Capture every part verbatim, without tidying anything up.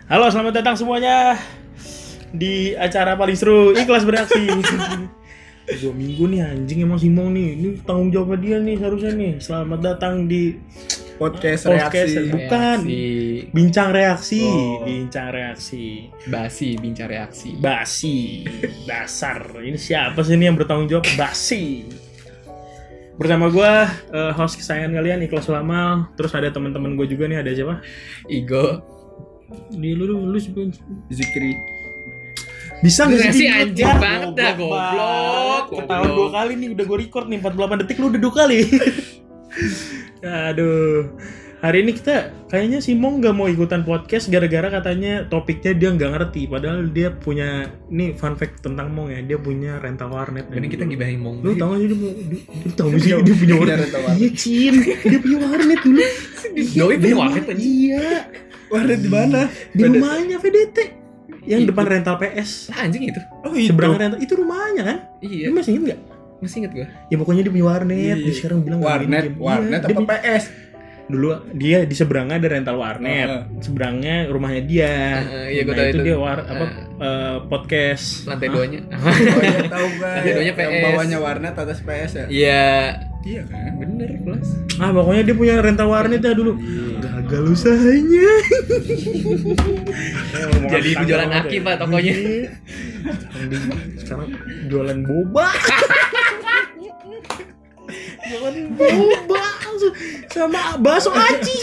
Halo, selamat datang semuanya di acara paling seru Ikhlas Bereaksi. Dua minggu nih anjing emang Simong nih. Ini tanggung jawab dia nih seharusnya nih. Selamat datang di podcast, podcast reaksi. bukan Reaksi. bincang reaksi, Oh. bincang reaksi. Basi, bincang reaksi. Basi, dasar. Ini siapa sih ini yang bertanggung jawab? Basi. Bersama gue, uh, host kesayangan kalian Ikhlas Ulamal. Terus ada teman-teman gue juga nih, ada siapa? Igo. Di lu lu lu siapa? Zikri. Bisa nggak Durasi sih anjing diinget? banget dah, goblok, Ketahuan goblok. dua kali nih, udah gue record nih empat puluh delapan detik, lu udah dua kali. Aduh. Hari ini kita kayaknya Simong nggak mau ikutan podcast gara-gara katanya topiknya dia nggak ngerti. Padahal dia punya, nih fun fact tentang Mong ya, dia punya rental warnet. Ini kita gibahin Mong. Lu tau gak sih dia, dia, dia tau gak sih dia punya warnet? rental warnet. Iya Cin, dia punya warnet dulu. Doi punya Dia warnet mah- aja. Iya, Warnet di mana? di rumahnya V D T. Yang Itu. depan rental P S. Lah anjing itu. Oh itu. Seberang rental, itu rumahnya kan? Iya. Lu masih inget gak? Masih inget gua. Ya pokoknya dia punya warnet, Iya. dia sekarang bilang nggak main Warnet, game. warnet Iya, dia apa punya- P S? Dulu dia di seberangnya ada rental warnet, Heeh. seberangnya rumahnya dia. Heeh, iya, gua Nah, tahu itu itu. dia war apa Heeh. eh, podcast. Lantai Hah? duanya. Oh iya tahu gua. Lantai duanya Yang P S. bawahnya warnet atas P S ya. Iya. Iya kan? Bener, Plus. Ah pokoknya dia punya rental warnet ya dulu. Iya. Gagal usahanya. Jadi jualan aki, Pak, tokonya. Iya. Sekarang jualan boba. Jualan boba sama bakso aci.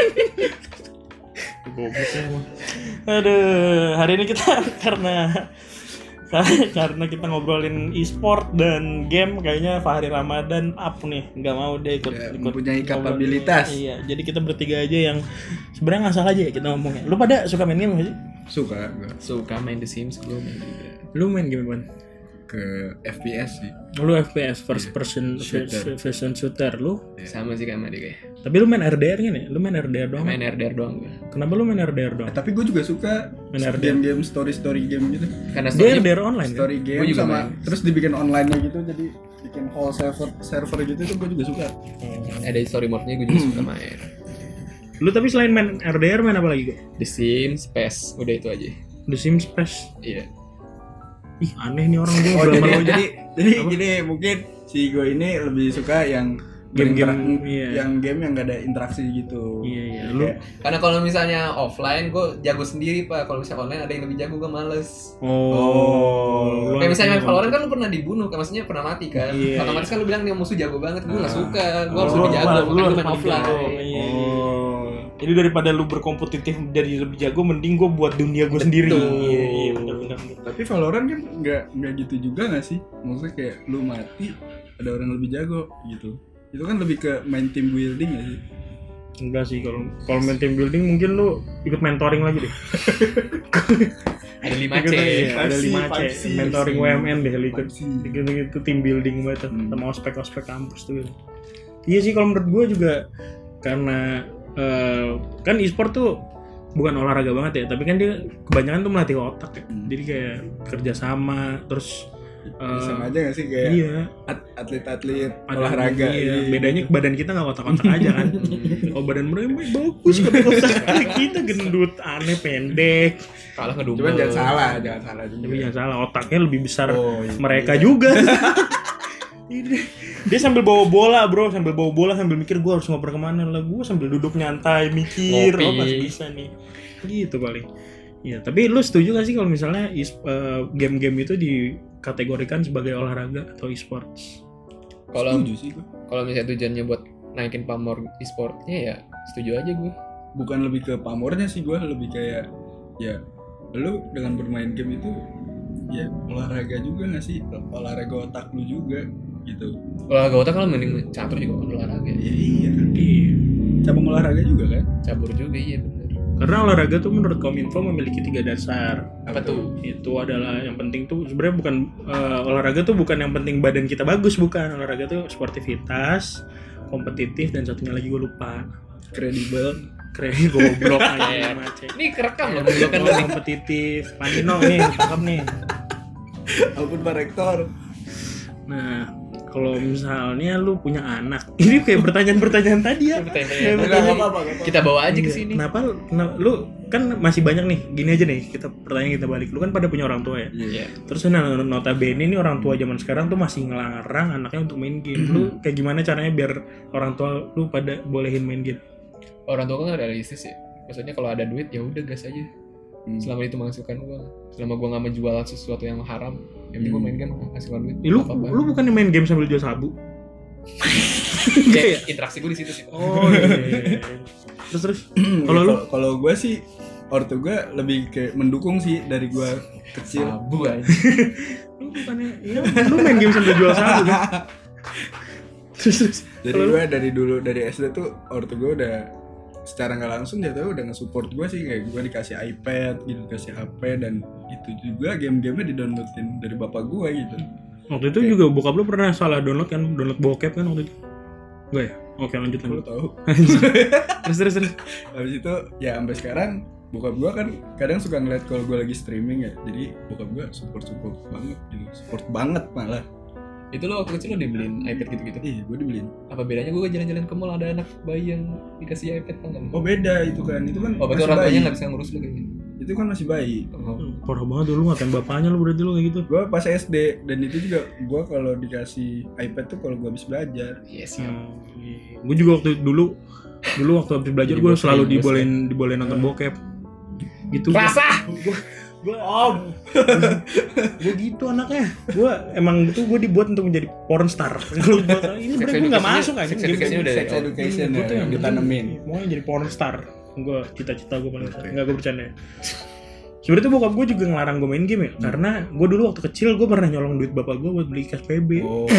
Goblok emang. Aduh, hari ini kita karena karena kita ngobrolin e-sport dan game, kayaknya Fahri Ramadan up nih, nggak mau dia ikut, Ya, ikut mempunyai ngobrolin. kapabilitas. Iya, jadi kita bertiga aja yang sebenarnya nggak salah aja ya kita ngomongnya. Lu pada suka main game nggak sih? Suka gua Suka main The Sims, gua main juga. Lu main game apa? ke F P S sih. Lu F P S, first Iya, person shooter. person shooter lu. Sama sih kayak sama dia kayak. Tapi lu main R D R kan ya? Lu main R D R doang? Main R D R doang gua. Kenapa lu main R D R doang? Eh, tapi gue juga suka Main R D R. game-game story-story game gitu. Karena Dia story R D R online kan? Story game Gua juga sama main. terus dibikin online-nya gitu, jadi bikin whole server server gitu tuh gue juga suka. ada story mode-nya gua juga suka main. Lu tapi selain main R D R main apa lagi kok? The Sims, P E S, udah itu aja. The Sims Pass. Iya. Ih aneh nih orang gue. Oh udah jadi malu jadi jadi Apa? gini mungkin si gue ini lebih suka yang Game-game, berintera- iya. yang game yang gak ada interaksi gitu. Iya, iya. Jadi Lu- kayak, Karena kalau misalnya offline gue jago sendiri, Pak. Kalau misalnya online ada yang lebih jago, gue males. Oh. lu Kayak misalnya main aneh. Valorant kan lu pernah dibunuh, kan maksudnya pernah mati kan. Iya, Otomatis kan lu bilang nih musuh jago banget, gue nggak Ah. suka. Gue harus Oh, lebih jago, lu- lu makanya gue harus main jago. offline. Iya, iya. oh. Jadi daripada lu berkompetitif jadi lebih jago, mending gue buat dunia gue sendiri. Betul. Iya, iya, benar benar. benar. Tapi Valorant kan nggak nggak gitu juga nggak sih? Maksudnya kayak lu mati ada orang lebih jago gitu. Itu kan lebih ke main team building gak sih? Enggak sih, kalau kalau main team building mungkin lu ikut mentoring lagi deh. Ada lima C. Ikut aja, ya. Ada five C, lima C, five C, mentoring W five C. M N deh, lu ikut five C. ikut itu team building banget Hmm. sama ospek-ospek kampus tuh. Iya sih kalau menurut gue juga karena eh, kan e-sport tuh bukan olahraga banget ya, tapi kan dia kebanyakan tuh melatih otak ya. Hmm. Jadi kayak kerjasama, terus eh, Sama aja gak sih kayak iya, at- atlet-atlet ada- olahraga. iya. Iya. Bedanya badan kita nggak otak-otak aja kan. Kalau badan mereka bagus, tapi otak kita gendut, aneh, pendek. Kalah ngedumel. Cuman jangan salah, jangan salah juga. Tapi jangan salah, otaknya lebih besar Oh, iya. mereka Iya. juga. Ini dia sambil bawa bola bro, sambil bawa bola sambil mikir gue harus ngoper kemana lah, gue sambil duduk nyantai mikir, Ngopi. oh masih bisa nih, gitu paling. Ya tapi lu setuju gak sih kalau misalnya is- eh, game-game itu dikategorikan sebagai olahraga atau e-sports? Kalau Setuju sih gue. kalau misalnya tujuannya buat naikin pamor e-sportnya ya setuju aja gue. Bukan lebih ke pamornya sih gue, lebih kayak ya lu dengan bermain game itu ya olahraga juga gak sih? Olahraga otak lu juga gitu. Olahraga otak kalau mending catur juga kan olahraga. Ya iya kan. Iya. Cabang olahraga juga kan? Cabur juga, iya bener. Karena olahraga tuh menurut Kominfo memiliki tiga dasar. Apa tuh? Itu adalah yang penting tuh sebenarnya bukan eh, olahraga tuh bukan yang penting badan kita bagus, bukan. Olahraga tuh sportivitas, kompetitif, dan satunya lagi gue lupa. Kredibel. Keren goblok aja macet. Ini kerekam loh, gue kan lo nih. Kompetitif. Panino nih, tangkap nih. Ampun Pak Rektor. Nah, kalau misalnya lu punya anak, ini kayak pertanyaan-pertanyaan tadi ya. Pertanyaan. Kayak Enggak apa-apa. Kita bawa aja ke Iya. sini. Kenapa, kenapa lu kan masih banyak nih, gini aja nih, kita pertanyaan kita balik. Lu kan pada punya orang tua ya. Iya. Terus nah, notabene ini orang tua zaman sekarang tuh masih ngelarang anaknya untuk main game. Lu kayak gimana caranya biar orang tua lu pada bolehin main game? Orang tua kan realistis ya. Maksudnya kalau ada duit ya udah gas aja. Hmm. Selama itu menghasilkan uang. Selama gua nggak menjual sesuatu yang haram, yang penting gua main game menghasilkan duit. Ya, lu Nggak apa-apa. lu bukannya main game sambil jual sabu? Ya, interaksi gua di situ sih. Oh iya. iya, iya. Terus terus kalau lu kalau gue sih ortu gue lebih kayak mendukung sih dari gue kecil. Sabu aja. lu bukannya iya, lu main game sambil jual sabu kan? Terus terus Jadi kalau lu- gue dari dulu dari S D tuh ortu gue udah secara nggak langsung jatuhnya udah nge-support gue sih, kayak gue dikasih iPad gitu, dikasih H P, dan itu juga game-gamenya di-downloadin dari bapak gue gitu. waktu itu juga bokap lu pernah salah download kan, download bokep kan waktu itu? Enggak ya? Oke lanjut Lo lanjut. tahu? terus terus terus. Habis itu ya sampai sekarang bokap gue kan kadang suka ngeliat kalau gue lagi streaming ya, jadi bokap gue support-support banget gitu, support banget malah. Itu lo waktu kecil lo dibeliin iPad gitu-gitu. Iya, gue dibeliin. Apa bedanya gue jalan-jalan ke mall ada anak bayi yang dikasih iPad kan? Oh beda itu kan, itu kan Oh, berarti masih orang bayi. tuanya nggak bisa ngurus lo kayaknya. Itu kan masih bayi. Oh. Parah banget dulu ngatain bapaknya lu berarti lu kayak gitu. Gue pas S D, dan itu juga gue kalau dikasih iPad tuh kalau gue habis belajar. Iya sih. Gue juga waktu dulu dulu waktu habis belajar gue Jadi selalu bos- dibolehin dibolehin nonton bokep. Gitu. Rasa. Gue om. Gue gitu anaknya. Gue emang itu gue dibuat untuk menjadi porn star. Kalau gua- ini Sex sebenarnya gue nggak education-nya- masuk aja. sex education-nya udah- Sex education Gue ya, tuh yang ditanemin. Mau jadi porn star. Gue cita-cita gue paling besar. Enggak, gue bercanda. Sebenarnya tuh bokap gue juga ngelarang gue main game ya, karena gue dulu waktu kecil gue pernah nyolong duit bapak gue buat beli K S P B. Oh,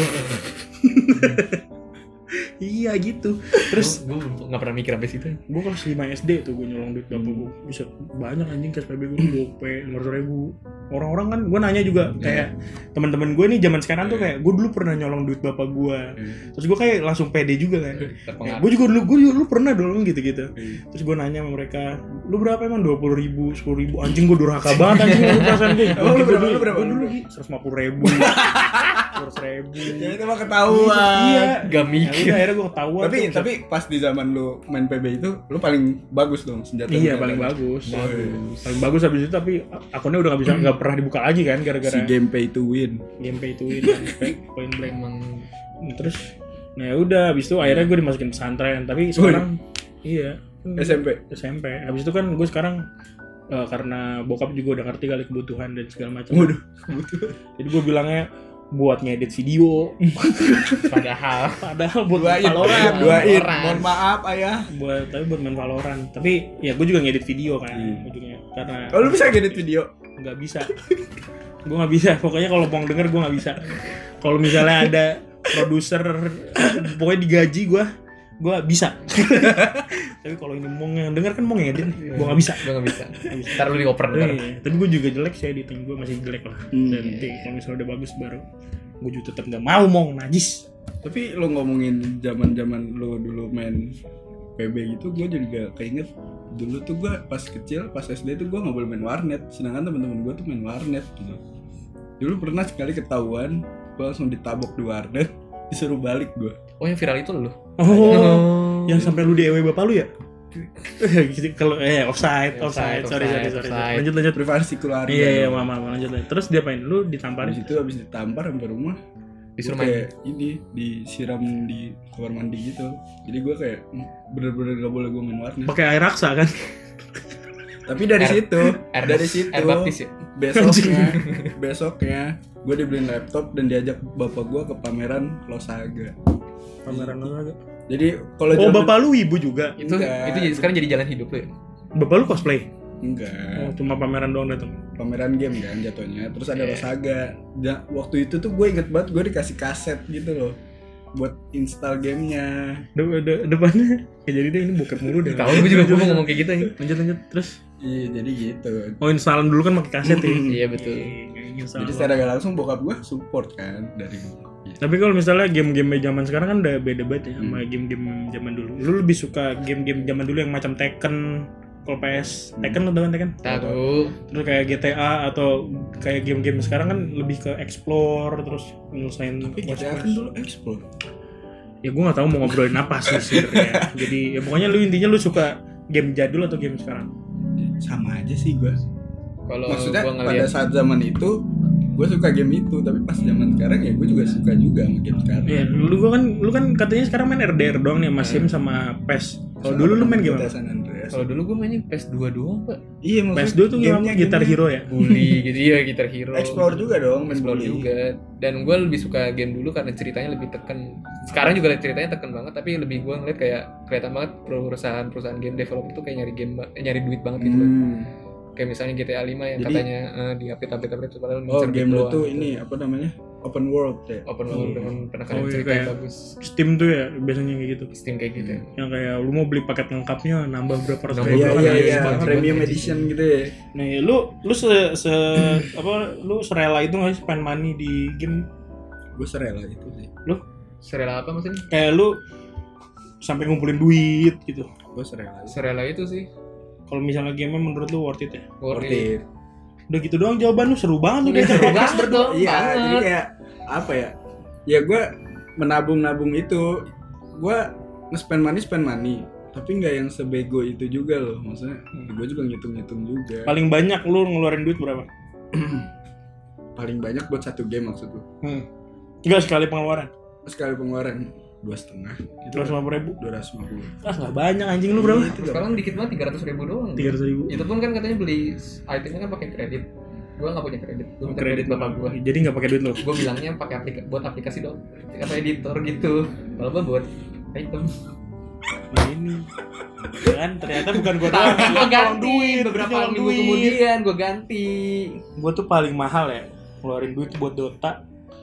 Iya gitu. Terus gue nggak pernah mikir sampai situ. gue kelas lima S D tuh gue nyolong duit bapak gue, bisa banyak anjing K S P B gue gope lima ratus ribu. Orang-orang kan gue nanya juga kayak teman-teman gue nih zaman sekarang tuh kayak gue dulu pernah nyolong duit bapak gue, terus gue kayak langsung pede juga kan. Terpengaruh. Gue juga dulu gue dulu pernah dong gitu-gitu. Terus gue nanya sama mereka, lu berapa emang dua puluh ribu, sepuluh ribu, anjing gue durhaka banget anjing lu perasaan gue. Oh, lu berapa, lu berapa, Gue lu dulu berapa? seratus lima puluh ribu, seratus ribu. ya itu mah ketahuan. Iya. Gak Ya mikir. udah akhirnya gue ketahuan. Tapi tuh. tapi pas di zaman lu main P B itu, lu paling bagus dong senjata. Iya paling bagus. Bagus. Paling bagus habis itu, tapi akunnya udah nggak bisa nggak pernah dibuka lagi kan gara-gara Si game pay to win. game pay to win kan, point blank. Emang Terus nah ya udah habis itu akhirnya gue dimasukin pesantren, tapi sekarang iya S M P. S M P. Habis itu kan gue sekarang eh, karena bokap juga udah ngerti kali kebutuhan dan segala macam. Waduh. Jadi gue bilangnya buat ngedit video, padahal padahal buat Duain, main Valorant. duain. Valorant. Mohon maaf ayah. Buat tapi buat main Valorant. Tapi ya gue juga ngedit video kan Hmm. ujungnya. Karena Oh, lu bisa ngedit video? nggak bisa. Gue nggak bisa. Pokoknya kalau mau denger gue nggak bisa. Kalau misalnya ada produser, pokoknya digaji gue, gue bisa. Tapi kalau ini mau yang denger kan mau ngedit, gue nggak bisa. gue nggak bisa. Ntar lu dioper ntar. Iya, tapi gue juga jelek sih editing gue, masih jelek lah. Hmm. Dan nanti kalau misalnya udah bagus baru gue juga tetap nggak mau mau najis. Tapi lu ngomongin zaman-zaman lu dulu main P B gitu, gue juga keinget dulu tuh gue pas kecil, pas S D tuh gue nggak boleh main warnet, sedangkan teman-teman gue tuh main warnet gitu. Dulu pernah sekali ketahuan, gue langsung ditabok di warnet, disuruh balik gue. Oh yang viral itu lo? Oh, yang sampai lu di E W bapak lu ya? Gitu, kalau eh offside, offside, Offside, sorry, sorry, sorry, offside. lanjut lanjut. Privasi keluarga. Iya, iya, dong. mama, mama, lanjut lanjut. Terus dia main, lu ditamparin. Habis itu habis ditampar sampai rumah, Disuruh gua main. kayak ini disiram di kamar mandi gitu. Jadi gue kayak hmm, bener-bener gak boleh gue main warnet. Pakai air raksa kan? Tapi dari Air- situ, Air, dari situ air baptis ya? besoknya, besoknya gue dibeliin laptop dan diajak bapak gue ke pameran Losaga. Pameran olahraga. Jadi kalau Oh, zaman- bapak lu ibu juga. Itu Enggak. itu jadi- sekarang jadi jalan hidup lo ya? Bapak lu cosplay. enggak Oh, cuma pameran doang datang. pameran game kan jatuhnya. Terus ada Iya. Losaga. Da- waktu itu tuh gue inget banget gue dikasih kaset gitu loh buat install gamenya. De- de- depannya ya jadi deh ini bokep mulu deh. Tahu gue juga gue mau ngomong kayak gitu aja. Lanjut lanjut terus. Iya jadi gitu. Oh, installan dulu kan pakai kaset ya. Iya betul. Iya, install. Jadi secara gak langsung bokap gue support kan dari. Tapi kalau misalnya game-game zaman sekarang kan udah beda banget ya sama Hmm. game-game zaman dulu. Lu lebih suka game-game zaman dulu yang macam Tekken, Kalau P S Tekken lo tau kan Tekken? Tahu. Terus kayak G T A atau kayak game-game sekarang kan lebih ke explore terus nyelesain Tapi G T A quest-quest. kan dulu explore. Ya gue nggak tahu mau ngobrolin apa sih sebenarnya. Jadi ya pokoknya lu intinya lu suka game jadul atau game sekarang? Sama aja sih gue. Kalau Maksudnya gua pada ngeliat saat zaman itu gue suka game itu, tapi pas zaman sekarang ya gue juga suka juga sama game sekarang. Iya, lu gua kan lu kan katanya sekarang main R D R doang nih sama Sim sama P E S. Kalau dulu lu main game apa? San Andreas. kalau dulu gue mainnya P S dua doang, Pak. Iya, P S dua tuh gamenya Guitar Hero ya? Bully gitu ya, Guitar Hero. Explore juga dong, main Explore bully. juga. Dan gue lebih suka game dulu karena ceritanya lebih tekan. Sekarang juga ceritanya tekan banget, tapi lebih gue ngeliat kayak kelihatan banget perusahaan-perusahaan game developer tuh kayak nyari game, eh, nyari duit banget gitu. Hmm. Kayak misalnya G T A lima yang Jadi- katanya eh, di update-update update itu padahal Oh, ngincer game duit lu doang tuh gitu. ini apa namanya? Open world ya. Open world Iya. dengan penekanan Oh, iya, cerita yang kayak- bagus. Steam tuh ya biasanya kayak gitu. Steam kayak gitu. Hmm. Yang kayak lu mau beli paket lengkapnya nambah berapa ratus Nambah ribu Iya berapa iya kan, iya, banget. premium banget. edition gitu ya. Nih lu lu se, se apa lu serela itu nggak sih spend money di game? Gue serela itu sih. Serela apa maksudnya? Kayak lu sampai ngumpulin duit gitu. Gue serela itu. Serela itu sih. Kalau misalnya game menurut lu worth it ya? Worth Worth it. it. Udah gitu doang jawaban lu seru banget lu Udah deh. seru banget dong. Iya, banget. jadi kayak apa ya? Ya gue menabung-nabung itu, gue nge-spend money spend money, tapi nggak yang sebego itu juga loh. Maksudnya, gue juga ngitung-ngitung juga. Paling banyak lu ngeluarin duit berapa? Paling banyak buat satu game maksud lu. Hmm. Enggak sekali pengeluaran. Sekali pengeluaran dua setengah, itu Dua ratus lima puluh ribu. dua ratus lima puluh. Ah nggak banyak anjing lu berapa? Iya, itu Sekarang dikit banget tiga ratus ribu doang. Tiga ratus ribu. Itu pun kan katanya beli itemnya kan pakai kredit. Gua nggak punya kredit. Gua minta Kredit kredit bapak gua. Jadi nggak pakai duit lu. Gua bilangnya pakai aplikasi buat aplikasi dong. Apa editor gitu. Kalau gua buat item. Ini kan ternyata bukan gua doang. Tapi gua Nyolong ganti duit, beberapa nyolong minggu duit. kemudian gua ganti. Gua tuh paling mahal ya ngeluarin duit buat Dota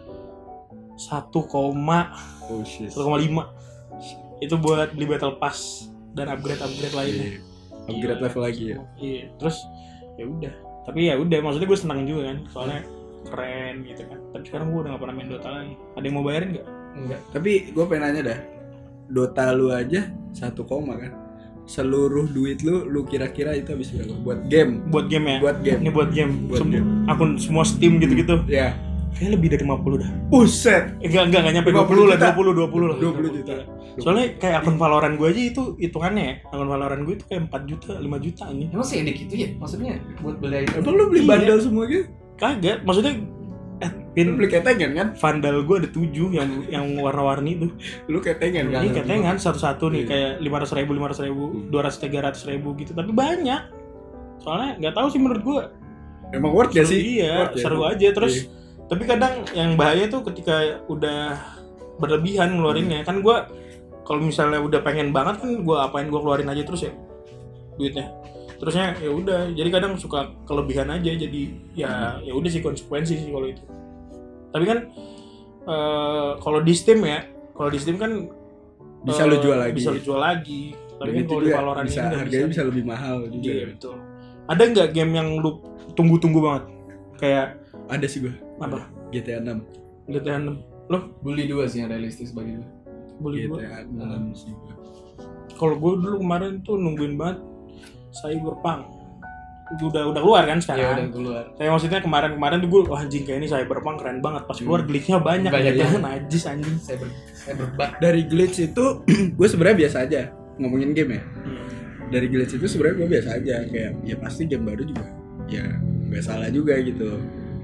satu koma Oh shit. lima itu buat beli battle pass dan upgrade upgrade lainnya. Iya. Upgrade level lagi ya. Iya, terus ya udah. Tapi ya udah, maksudnya gue senang juga kan, soalnya keren gitu kan. Tapi sekarang gue udah gak pernah main Dota lagi. Ada yang mau bayarin nggak? Enggak. Tapi gue pengen nanya dah, Dota lu aja satu koma kan? Seluruh duit lu, lu kira-kira itu habis berapa? Buat game? Buat game ya? Buat game. Ini buat game. Buat Sem- game. Akun semua Steam gitu-gitu. Ya. Kayaknya lebih dari lima puluh dah. Buset. Eh, enggak, enggak, enggak nyampe lima dua puluh puluh lah, juta. dua puluh, dua puluh lah. dua puluh juta. Soalnya kayak akun Valorant gue aja itu hitungannya ya. Akun Valorant gue itu kayak empat juta, lima juta ini. Emang sih edit gitu ya? Maksudnya buat beli item. Emang lu beli Iya. bundle semua gitu? Kagak, maksudnya eh, Lu pin beli ketengan kan? Vandal gue ada tujuh yang yang warna-warni itu. Lu ketengan kan? Ini ketengan satu-satu nih Iya. kayak lima ratus ribu, lima ratus ribu, dua ratus, tiga ratus ribu gitu. Tapi banyak. Soalnya nggak tahu sih menurut gue. Emang worth gak sih? Iya, Worth ya? seru aja. Terus Iya. tapi kadang yang bahaya tuh ketika udah berlebihan ngeluarinnya. Kan gue kalau misalnya udah pengen banget kan gue apain gue keluarin aja terus ya duitnya. Terusnya ya udah. Jadi kadang suka kelebihan aja. Jadi ya ya udah sih konsekuensi sih kalau itu. Tapi kan eh, kalau di Steam ya, kalau di Steam kan Bisa eh, lu jual lagi. Bisa lu jual lagi. Tapi Dan kan itu kalau di juga Valorant bisa, ini nggak harganya bisa lebih mahal juga. Iya betul. Ada nggak game yang lu tunggu-tunggu banget? Kayak Ada sih gua. apa? G T A enam. G T A enam. Lo Bully dua sih yang realistis bagi gue. boleh G gua. T A enam sih gua. Kalau gue dulu kemarin tuh nungguin banget Cyberpunk. Itu udah udah keluar kan Iya sekarang. udah keluar. Kayak maksudnya kemarin-kemarin tuh gue wah anjing kayak ini Cyberpunk keren banget. Pas keluar Hmm. glitch-nya banyak, Banyak ya. ya. Najis anjing. Saya ber saya berbak. Dari glitch itu gue sebenarnya biasa aja ngomongin game ya. Dari glitch itu sebenarnya gue biasa aja kayak ya pasti game baru juga ya nggak salah juga gitu.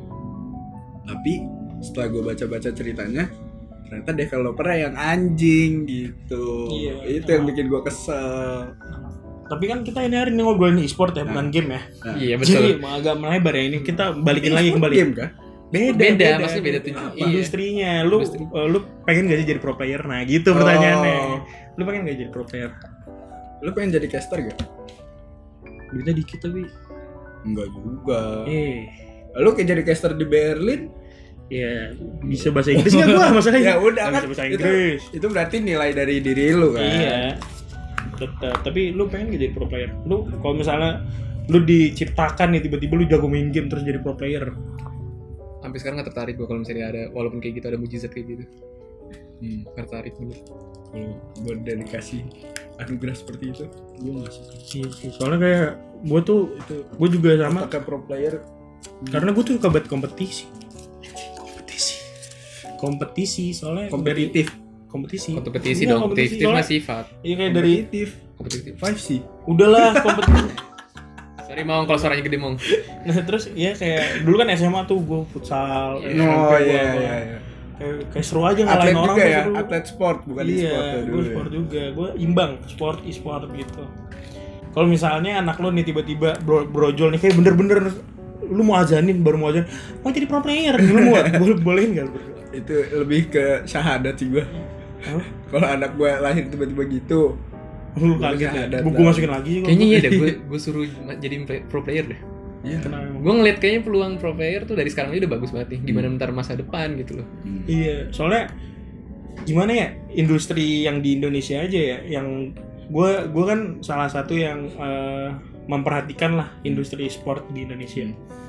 Tapi setelah gue baca-baca ceritanya ternyata developernya yang anjing gitu. Iya. Itu yang bikin gue kesel. Tapi kan kita ini hari ini ngobrolin e-sport ya, bukan game ya. Nah, Iya Jadi betul. agak melebar ya ini. Kita balikin lagi e-sport kembali. game kan? Beda, Beda, maksudnya beda tujuan. Iya. Industrinya, lu Industri. eh, lu pengen gak sih jadi pro player? Nah, gitu Oh. pertanyaannya. Lu pengen gak jadi pro player? Lu pengen jadi caster gak? Duitnya dikit tapi. Enggak juga. Eh, Lu kayak jadi caster di Berlin? ya bisa bahasa Inggris nggak gua masalahnya? Ya udah Nggak kan. bisa bahasa Itu, Inggris. itu berarti nilai dari diri lu kan. Iya. Tetap. Tapi lu pengen gak jadi pro player? Lu kalau misalnya lu diciptakan nih tiba-tiba lu jago main game terus jadi pro player. Sampai sekarang nggak tertarik gue kalau misalnya ada walaupun kayak gitu ada mujizat kayak gitu. Hmm. Nggak tertarik bener. Kalau buat dedikasi anugerah seperti itu gue nggak suka. Iya sih, soalnya kayak gue tuh Itu gue juga sama pakai pro player karena gue tuh suka banget kompetisi kompetisi kompetisi soalnya kompetitif. dari kompetisi kompetisi Iya, dong, kompetitif mah soalnya- sifat iya kayak dari Kompetitif. kompetitif. Five sih. udahlah kompetisi. Sorry Mong kalau suaranya gede Mong. Nah terus ya kayak dulu kan S M A tuh gue futsal, Iya. S M P Oh gua- iya gua- iya. iya. kayak, kayak seru aja Atlet ngalahin orang juga tuh ya, seru. atlet sport bukan Iya, e-sport ya dulu. gue ya. sport juga, gue imbang sport e-sport gitu. Kalau misalnya anak lo nih tiba-tiba bro, brojol nih kayak bener-bener lu mau azanin baru mau azanin mau jadi pro player, lu mau boleh bolehin nggak lu berdua? Itu lebih ke syahadat sih gua. Hah? Kalau anak gua lahir tiba-tiba gitu, Lu Boleh kaget ya? syahadat Gue lah. masukin lagi juga. Kayaknya iya deh, gue gue suruh ma- jadi play- pro player deh. iya. Kenapa emang? Gue ngeliat kayaknya peluang pro player tuh dari sekarang aja udah bagus banget nih. Gimana ntar masa depan gitu loh. Iya, soalnya gimana ya industri yang di Indonesia aja ya, yang gue gue kan salah satu yang eh, memperhatikan lah industri sport di Indonesia.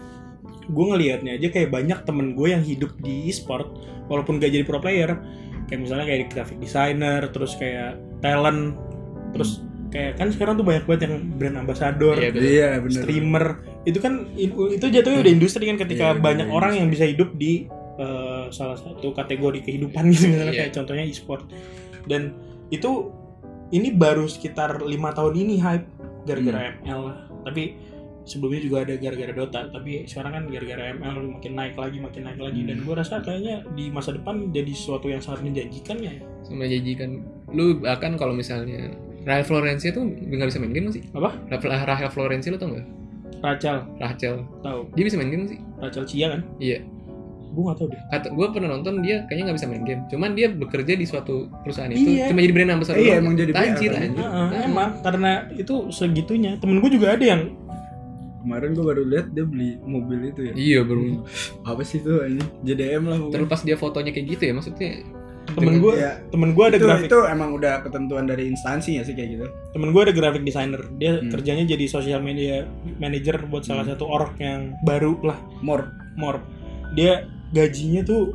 Gue ngelihatnya aja kayak banyak temen gue yang hidup di e-sport walaupun gak jadi pro player, kayak misalnya kayak graphic designer, terus kayak talent, terus kayak kan sekarang tuh banyak banget yang brand ambassador, Iya, betul. Iya benar. streamer, itu kan in- itu jatuhnya udah industri kan ketika Iya, banyak udah orang industri. yang bisa hidup di uh, salah satu kategori kehidupan gitu misalnya Iya. kayak contohnya e-sport. Dan itu ini baru sekitar lima tahun ini hype gara-gara M L lah. Tapi sebelumnya juga ada gara-gara Dota, tapi sekarang kan gara-gara M L makin naik lagi, makin naik lagi, dan gue rasa kayaknya di masa depan jadi sesuatu yang sangat menjanjikan ya. Sama janjikan lu bahkan kalau misalnya Rahel Florencia tuh nggak bisa main game nggak sih? Apa? Rahel, Rahel Florencia lu tau nggak? Rachel, Rachel, tahu? dia bisa main game nggak sih? Rachel Chia kan? Iya. Gue nggak tahu deh. Kata gue pernah nonton dia kayaknya nggak bisa main game. Cuman dia bekerja di suatu perusahaan itu. Iya. Cuma jadi brand ambassador. Iya, doang. emang jadi brand Tajir ambassador. anjir. Heeh, Nah, emang karena itu segitunya. Temen gue juga ada yang Kemarin gua baru lihat dia beli mobil itu ya. Iya baru. Apa sih itu ini? J D M lah pokoknya. Terlepas dia fotonya kayak gitu ya maksudnya. temen gue, Iya. temen gue ada itu, grafik, itu emang udah ketentuan dari instansi ya sih kayak gitu. temen gue ada graphic designer. Dia Hmm. kerjanya jadi social media manager buat salah Hmm. satu org yang baru lah, More. Morp. Dia gajinya tuh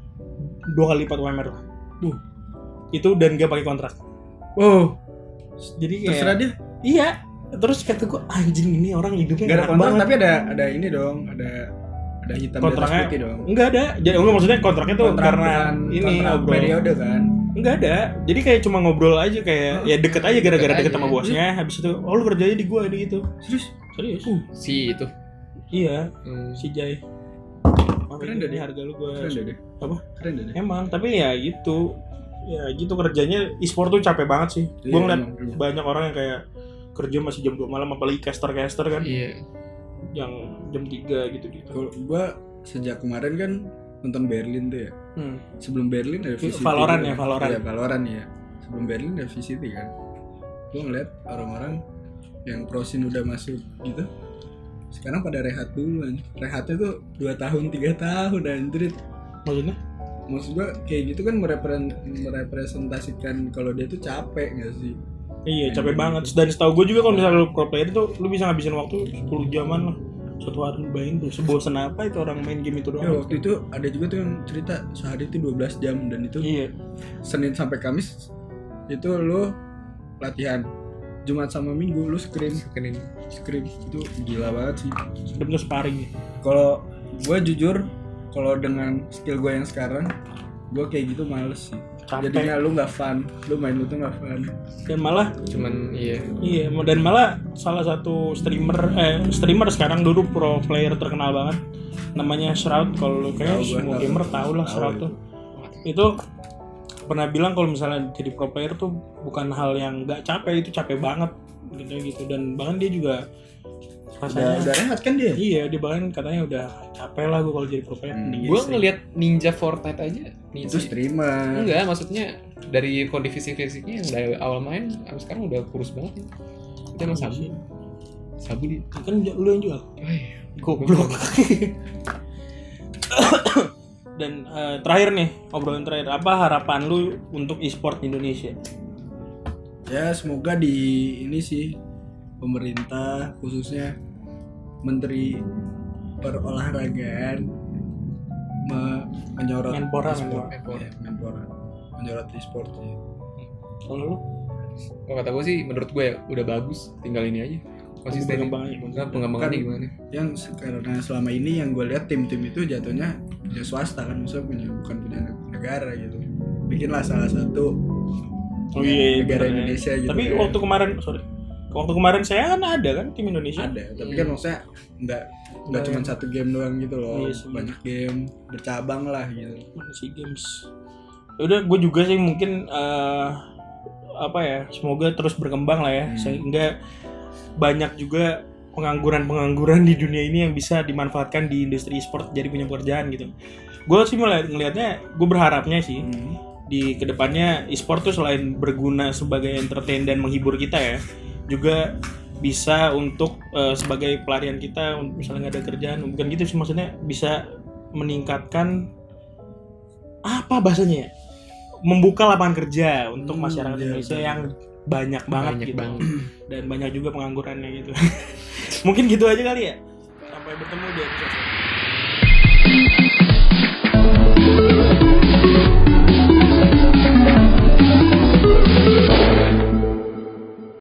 dua kali lipat U M R lah. Tuh. Itu dan gak pakai kontrak. Wow. Jadi kayak Terserah dia. iya. Terus kata gue anjing ini orang hidupnya Gak ada enak kontrak banget. tapi ada ada ini dong, ada ada hitam di atas Kontraknya putih dong. enggak ada. Jadi enggak maksudnya kontraknya tuh Kontrak karena bukan ini kontrak ngobrol. periode kan. Enggak ada. Jadi kayak cuma ngobrol aja kayak ya deket aja gara-gara Deket deket aja. sama bosnya. Habis itu oh lu kerjanya di gua di gitu. Serius? Serius? Si itu. Iya, Hmm. si Jay. Keren Ini deh. harga lu gua. Keren deh. Apa? Keren deh. Emang, tapi ya gitu. Ya gitu kerjanya e-sport tuh capek banget sih. Iya, Gua ngeliat emang, emang. banyak orang yang kayak kerja masih jam dua malam apalagi caster-caster kan Iya. yang jam tiga gitu-gitu. Kalau gua sejak kemarin kan nonton Berlin tuh ya. Hmm. Sebelum Berlin ada V C T. Valorant kan? ya, Valorant. Iya, Valorant ya. Sebelum Berlin ada V C T kan. Gua ngeliat orang-orang yang prosin udah masuk gitu. Sekarang pada rehat dulu kan. Rehatnya tuh dua tahun, tiga tahun anjir. Maksudnya? Maksud gua kayak gitu kan merepre- merepresentasikan kalau dia tuh capek gak sih? Iya, capek Gitu. banget. Dan setahu gue juga kalau misalnya lu pro player tuh lu bisa ngabisin waktu sepuluh jaman lah. Satu hari lu bayangin tuh sebosen apa itu orang main game itu Ya doang. waktu itu ada juga tuh yang cerita sehari itu dua belas jam dan itu Iya. Senin sampai Kamis itu lu latihan. Jumat sama Minggu lu scrim, Kenin. scrim itu gila banget sih. Bener sparring ya. Kalau gue jujur, kalau dengan skill gue yang sekarang, gue kayak gitu males sih. Capek. Jadinya lu nggak fun, lu main lu tuh nggak fun. Dan malah Cuman iya. iya, dan malah salah satu streamer eh streamer sekarang dulu pro player terkenal banget. Namanya Shroud, kalau lu kayak Tahu gua, semua tahu. gamer tahu lah Tahu Shroud itu. tuh. Itu pernah bilang kalau misalnya jadi pro player tuh bukan hal yang nggak capek, itu capek banget gitu gitu dan bahkan dia juga Udah, rasanya udah rehat kan dia? iya dia bahkan katanya udah capek lah gue kalau jadi pro player. Hmm. Mending Gue jadi ngeliat Ninja Fortnite aja. Ninja. Itu streamer. Enggak, maksudnya dari kondisi fisiknya yang dari awal main sampai sekarang udah kurus banget. Itu emang sabu. Sabu di. kan lu yang jual Ay, goblok. Dan eh, terakhir nih obrolan terakhir, apa harapan lu untuk e-sport di Indonesia? Ya semoga di ini sih pemerintah khususnya Menteri Perolahragaan me- menyorot Menpora, e-sport. Menpora. Ya, Menpora menyorot e-sport sih. Kalau lu kalau kata gue sih menurut gue ya udah bagus, tinggal ini aja konsisten Pengembangannya. Nah, pengembangannya Kan- gimana. Yang karena selama ini yang gue lihat tim-tim itu jatuhnya punya swasta kan, maksudnya punya bukan punya negara gitu. Bikinlah salah satu Oh iya, negara bener. Indonesia gitu. Tapi kan. waktu kemarin, sorry, waktu kemarin saya kan ada kan tim Indonesia. ada, tapi Hmm. kan maksudnya nggak nggak Nah, cuma satu game doang gitu loh, Iya sih. banyak game bercabang lah gitu. Mana sih games? Udah, gue juga sih mungkin eh, apa ya, semoga terus berkembang lah ya, Hmm. sehingga banyak juga pengangguran-pengangguran di dunia ini yang bisa dimanfaatkan di industri e-sport jadi punya pekerjaan gitu. Gue sih mulai ngelihatnya, gue berharapnya sih Hmm. di kedepannya e-sport tuh selain berguna sebagai entertain dan menghibur kita ya, juga bisa untuk eh, sebagai pelarian kita, misalnya nggak ada kerjaan, bukan gitu sih, maksudnya bisa meningkatkan apa bahasanya ya, membuka lapangan kerja untuk Hmm, masyarakat iya, Indonesia betul. yang banyak banget Banyak gitu, banget. dan banyak juga penganggurannya gitu. Mungkin gitu aja kali ya, sampai bertemu di episode selanjutnya.